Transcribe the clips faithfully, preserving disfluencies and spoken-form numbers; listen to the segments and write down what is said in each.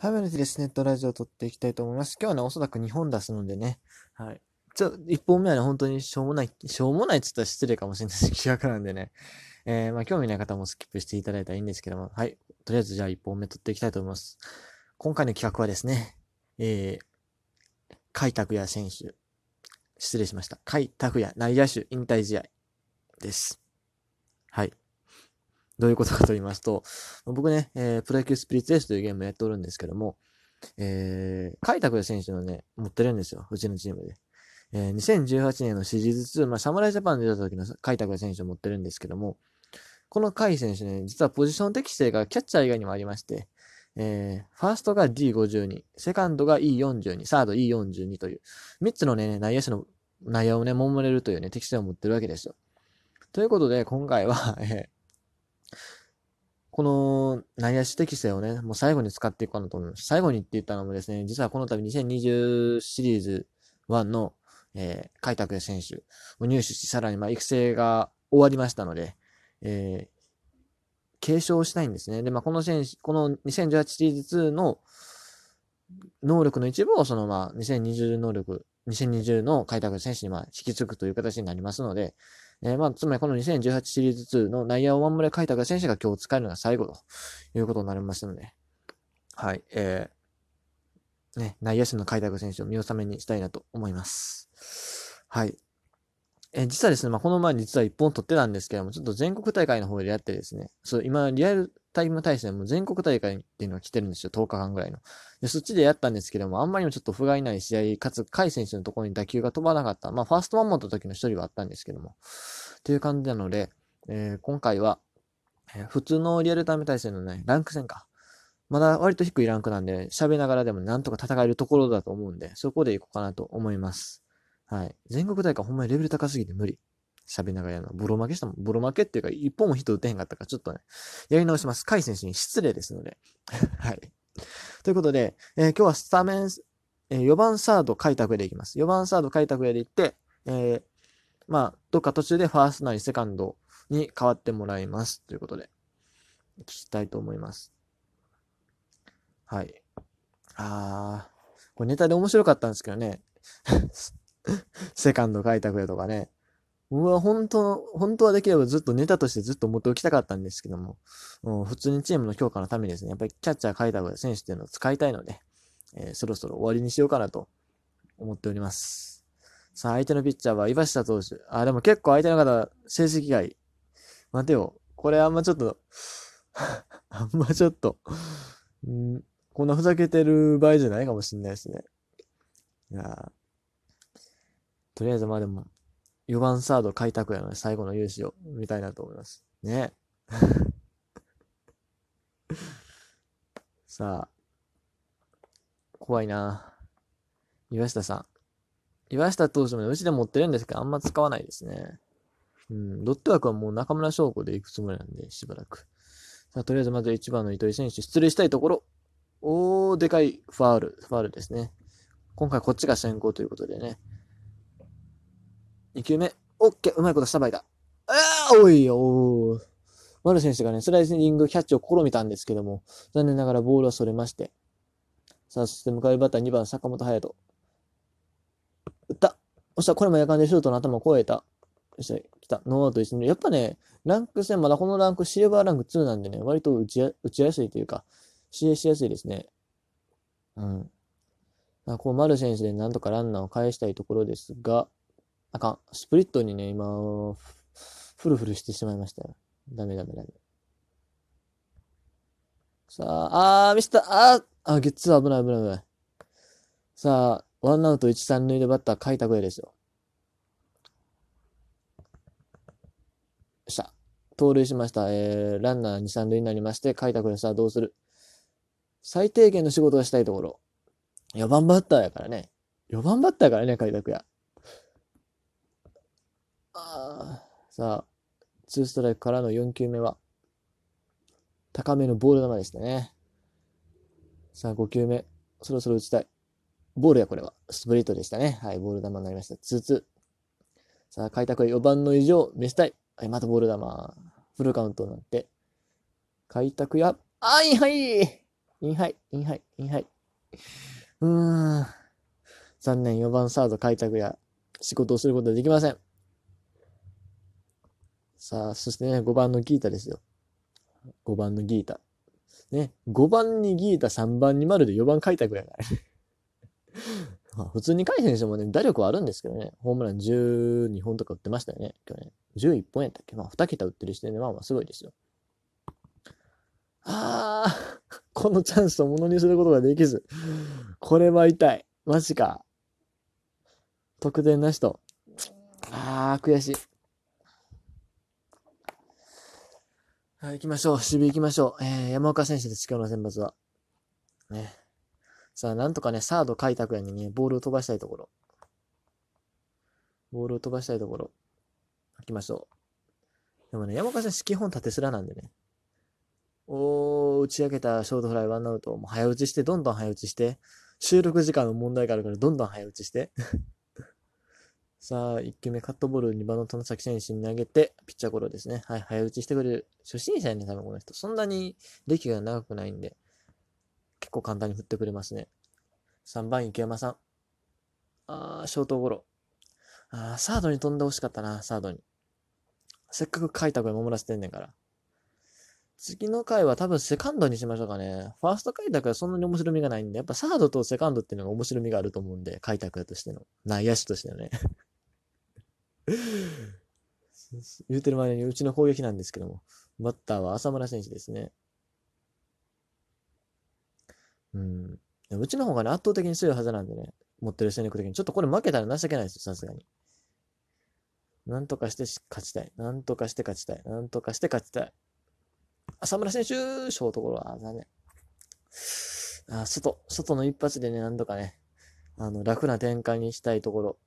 はい、メルティです。ネットラジオを撮っていきたいと思います。今日はね、おそらくにほん出すのでね。はい。ちょ、いっぽんめはね、本当にしょうもない、しょうもないって言ったら失礼かもしれないです企画なんでね。えー、まあ、興味ない方もスキップしていただいたらいいんですけども。はい。とりあえずじゃあいっぽんめ撮っていきたいと思います。今回の企画はですね、えー、甲斐拓也選手。失礼しました。甲斐拓也内野手引退試合です。はい。どういうことかと言いますと、僕ね、えー、プロ野球スピリッツレースというゲームをやっておるんですけども、えー、甲斐拓也選手のね、持ってるんですよ。うちのチームで。えー、にせんじゅうはちねんのシリーズツー、まあ、侍ジャパンで出た時の甲斐拓也選手を持ってるんですけども、この甲斐選手ね、実はポジション適性がキャッチャー以外にもありまして、えー、ファーストが ディーごじゅうに、セカンドが イーよんじゅうに、サード イーよんじゅうに という、みっつのね、内野手の内野をね、守れるというね、適性を持ってるわけですよ。ということで、今回は、えー、この内野手適性をね、もう最後に使っていこうかなと思います。最後にって言ったのもですね、実はこの度にせんにじゅうシリーズいちの、えー、甲斐拓也選手を入手し、さらにまあ育成が終わりましたので、えー、継承したいんですね。で、まあ、この選手、このにせんじゅうはちシリーズにの能力の一部を、そのまあ、にせんにじゅう能力、にせんにじゅうの開拓選手にまあ引き継ぐという形になりますので、えー、まあ、つまりこのにせんじゅうはちシリーズにの内野を守れ開拓選手が今日使えるのが最後ということになりますので、はい、えー、ね、内野手の開拓選手を見納めにしたいなと思います。はい。えー、実はですね、まあ、この前実はいっぽん取ってたんですけども、ちょっと全国大会の方でやってですね、そう、今、リアルタイム対戦も全国大会っていうのが来てるんですよ、とおかかんぐらいの。で、そっちでやったんですけども、あんまりにもちょっと不甲斐ない試合、かつ、甲斐選手のところに打球が飛ばなかった。まあ、ファースト守った時の一人はあったんですけども、っていう感じなので、えー、今回は、えー、普通のリアルタイム対戦のね、ランク戦か。まだ割と低いランクなんで、喋りながらでもなんとか戦えるところだと思うんで、そこで行こうかなと思います。はい。全国大会ほんまにレベル高すぎて無理。喋りながらやるの。ボロ負けしたもん。ボロ負けっていうか、一本もヒット打てへんかったから、ちょっとね、やり直します。甲斐選手に失礼ですので。はい。ということで、えー、今日はスタメン、えー、よばんサード開拓でいきます。よばんサード開拓でいって、えー、まあ、どっか途中でファーストなりセカンドに変わってもらいます。ということで、聞きたいと思います。はい。あー、これネタで面白かったんですけどね。セカンド開拓やとかね。うわ、本当、本当はできればずっとネタとしてずっと持っておきたかったんですけども、うん、普通にチームの強化のためにですね、やっぱりキャッチャー開拓や選手っていうのを使いたいので、えー、そろそろ終わりにしようかなと思っております。さあ、相手のピッチャーは岩下投手。あ、でも結構相手の方、成績がいい。待てよ。これあんまちょっとあんまちょっとんこんなふざけてる場合じゃないかもしれないですね。いやとりあえずまあでも、よばんサード開拓やの最後の勇姿を見たいなと思います。ね。さあ、怖いな。岩下さん。岩下投手もうちで持ってるんですけど、あんま使わないですね。うん、ロッテ枠はもう中村翔子で行くつもりなんで、しばらく。さあ、とりあえずまずいちばんの糸井選手、出塁したいところ。おー、でかいファール、ファールですね。今回こっちが先行ということでね。にきゅうめ、オッケー、うまいことした場合だ。あー、おいよー。丸選手がね、スライディングキャッチを試みたんですけども、残念ながらボールはそれまして。さあ、そして迎えるバッターにばん坂本勇人。打った。そしたらこれも夜間でシュートの頭を越えた。そして来た。ノーアウトいち、やっぱね、ランク戦、まだこのランク、シルバーランクになんでね、割と打ちや打ちやすいというか、試合しやすいですね。うん。あこう、丸選手でなんとかランナーを返したいところですが、あかん。スプリットにね、今、フルフルしてしまいましたよ。ダメダメダメ。さあ、あー、ミスった。あー、あ、ゲッツー危ない危ない危ない。さあ、ワンアウトいち、さん塁でバッター開拓へですよ。した。盗塁しました。えー、ランナーに、さん塁になりまして、開拓でさあどうする最低限の仕事をしたいところ。よばんバッターやからね。よばんバッターやからね、開拓や。あーさあ、ツーストライクからのよん球目は、高めのボール球でしたね。さあ、ご球目。そろそろ打ちたい。ボールや、これは。スプリットでしたね。はい、ボール球になりました。ツーツー。さあ、開拓はよばんの意地を見せたい。はい、またボール球。フルカウントになって。開拓や、あいはいインハイ、インハイ、インハイ。うーん。残念、よばんサード開拓や仕事をすることができません。さあ、そしてね、ごばんのギータですよ。ごばんのギータ。ね、ごばんにギータ、さんばんに丸でよばん開拓やから。まあ、普通に回選手もね、打力はあるんですけどね、ホームランじゅうにほんとか打ってましたよね、去年。じゅういっぽんやったっけ。まあ、に桁打ってる時点で、まあまあすごいですよ。あー、このチャンスをものにすることができず。これは痛い。マジか。得点なしと。あー、悔しい。はい、行きましょう。守備行きましょう。えー、山岡選手です、今日の先発は。ね。さあ、なんとかね、サード開拓やにね、ボールを飛ばしたいところ。ボールを飛ばしたいところ。行きましょう。でもね、山岡選手基本縦スラなんでね。おー、打ち上げたショートフライワンアウト。もう早打ちして、どんどん早打ちして。収録時間の問題があるから、どんどん早打ちして。さあ、いっきゅうめカットボールにばんの外崎選手に投げて、ピッチャーゴロですね。はい、早打ちしてくれる。初心者やね、多分この人。そんなに歴が長くないんで、結構簡単に振ってくれますね。さんばん池山さん。あー、ショートゴロ。あー、サードに飛んでほしかったな、サードに。せっかく開拓で守らせてんねんから。次の回は多分セカンドにしましょうかね。ファースト開拓はそんなに面白みがないんで、やっぱサードとセカンドっていうのが面白みがあると思うんで、開拓としての。内野手としてのね。言うてる前にうちの攻撃なんですけども、バッターは浅村選手ですね。うん。うちの方がね、圧倒的に強いはずなんでね、持ってる戦力的に。ちょっとこれ負けたら情けないですよ、さすがに。なんとかして勝ちたい。なんとかして勝ちたい。なんとかして勝ちたい。浅村選手、ショートゴロは残念。あ、外、外の一発でね、なんとかね、あの、楽な展開にしたいところ。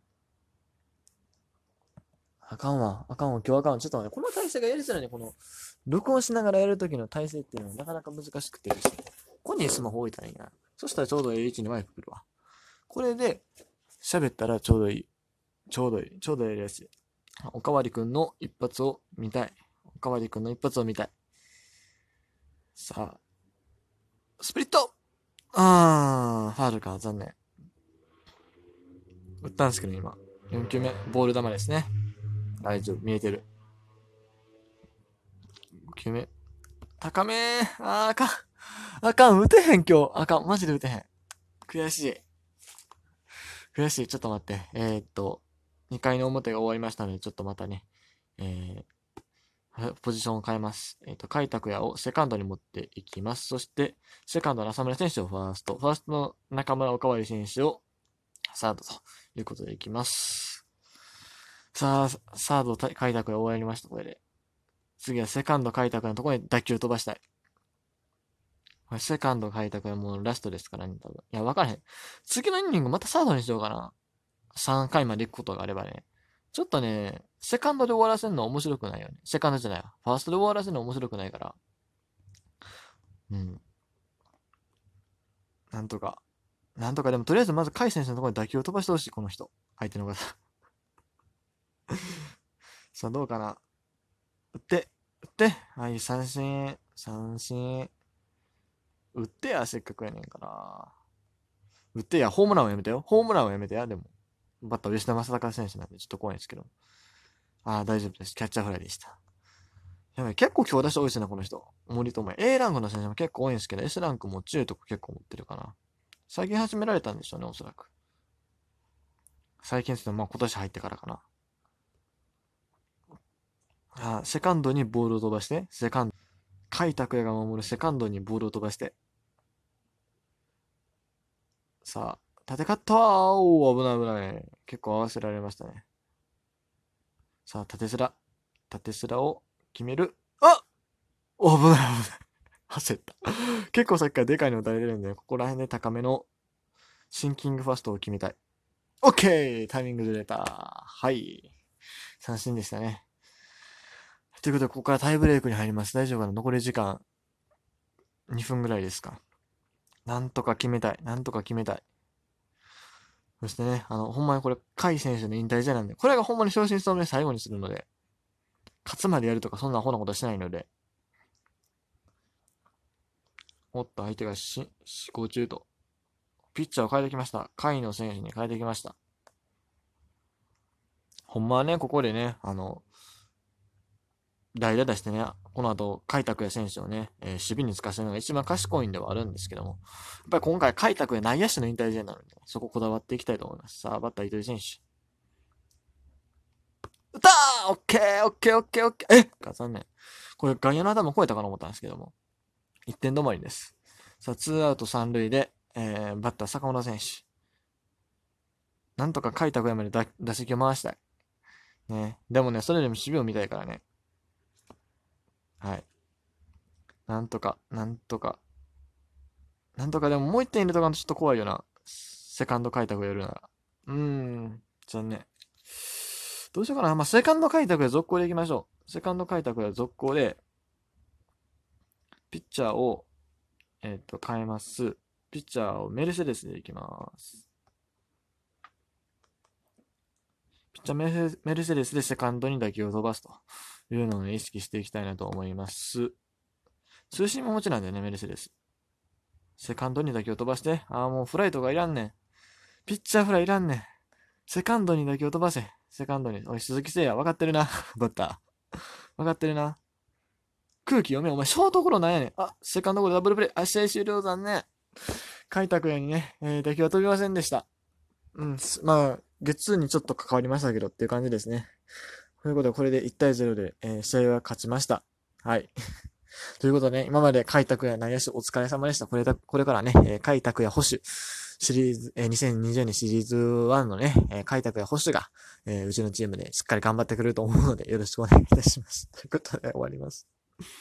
あかんわ。あかんわ。今日あかんわ。ちょっとね、この体勢がやりづらいね。この、録音しながらやるときの体勢っていうのはなかなか難しくてですね。ここにスマホ置いたらいいな。そしたらちょうどいい位置にマイク来るわ。これで、喋ったらちょうどいい。ちょうどいい。ちょうどやりやすい。おかわりくんの一発を見たい。おかわりくんの一発を見たい。さあ、スプリットあー、ファールか。残念。打ったんですけど、今。よん球目、ボール球ですね。大丈夫。見えてる。ご球目。高めー。あー、あかん。あかん。打てへん、今日。あかん。マジで打てへん。悔しい。悔しい。ちょっと待って。えー、っと、にかいの表が終わりましたので、ちょっとまたね、えー、ポジションを変えます。えー、っと、開拓也をセカンドに持っていきます。そして、セカンドの浅村選手をファースト。ファーストの中村おかわり選手をサードということでいきます。さあ、サード開拓が終わりました、これで。次はセカンド開拓のところに打球飛ばしたい。これセカンド開拓はもうラストですからね、多分。いや、わからへん。次のイニングまたサードにしようかな。さんかいまで行くことがあればね。ちょっとね、セカンドで終わらせるの面白くないよね。セカンドじゃないわ。ファーストで終わらせるの面白くないから。うん。なんとか。なんとか、でもとりあえずまず甲斐選手のところに打球を飛ばしてほしい、この人。相手の方。さあ、どうかな。打って、打って。はい、三振。三振。打ってや、せっかくやねんから。打ってや、ホームランはやめてよ。ホームランはやめてや、でも。バッター吉田正尚選手なんでちょっと怖いんですけど。ああ、大丈夫です。キャッチャーフライでした。やばい、結構強打者多いですね、この人。森友。A ランクの選手も結構多いんですけど、S ランクも中とか結構持ってるかな。最近始められたんでしょうね、おそらく。最近ですね、まあ今年入ってからかな。あセカンドにボールを飛ばして、セカンド。甲斐拓也が守るセカンドにボールを飛ばして。さあ、縦カットは、おー、危ない危ない。結構合わせられましたね。さあ、縦スラ。縦スラを決める。あお、危ない危ない。焦った。結構さっきからでかいの打たれてるんで、ここら辺で高めのシンキングファストを決めたい。オッケータイミングずれた。はい。三振でしたね。ということで、ここからタイブレイクに入ります。大丈夫かな残り時間にふんぐらいですか。なんとか決めたい。なんとか決めたい。そしてね、あの、ほんまにこれ、甲斐選手の引退試合なんで、これがほんまに昇進走目最後にするので、勝つまでやるとかそんなアホなことしないので、 おっと、相手がし、思考中と。ピッチャーを変えてきました。甲斐野選手に変えてきました。ほんまはね、ここでね、あの、代打出してね、この後、海拓也選手をね、えー守備につかせるのが一番賢いんではあるんですけども、やっぱり今回、海拓也内野手の引退試合なので、そここだわっていきたいと思います。さあ、バッター糸井選手。打ったーオッケーオッケーオッケーオッケーえっ残念。これ外野の頭超えたかな思ったんですけども、いってん止まりです。さあ、ツーアウトさん塁で、えー、バッター坂本選手。なんとか海拓也まで打打席を回したい。ね。でもね、それでも守備を見たいからね。はい。なんとか、なんとか。なんとかでももう一点入れとかんとちょっと怖いよな。セカンド開拓やるなら。うーん、残念。どうしようかな。まあ、セカンド開拓で続行でいきましょう。セカンド開拓で続行で、ピッチャーを、えっ、と、変えます。ピッチャーをメルセデスでいきます。ピッチャーメルメルセデスでセカンドに打球を飛ばすというのを、ね、意識していきたいなと思います。通信も持ちなんだよね、メルセデス。セカンドに打球を飛ばして。ああ、もうフライとかいらんねん。ピッチャーフライいらんねん。セカンドに打球を飛ばせ。セカンドに。おい、鈴木誠也、分かってるな。バッター。分かってるな。空気読め。お前、ショートゴロなんやねん。あ、セカンドゴロダブルプレイ。あ、試合終了残念。開拓也にね、えー、打球は飛びませんでした。うん、まあ、ゲッツーにちょっと関わりましたけどっていう感じですね。ということで、これでいちたいゼロで、えー、試合は勝ちました。はい。ということでね、今まで開拓や内野手お疲れ様でした。これだ、これからね、えー、開拓や保守、シリーズ、えー、にせんにじゅうねんシリーズワンのね、えー、開拓や保守が、えー、うちのチームでしっかり頑張ってくれると思うので、よろしくお願いいたします。ということで終わります。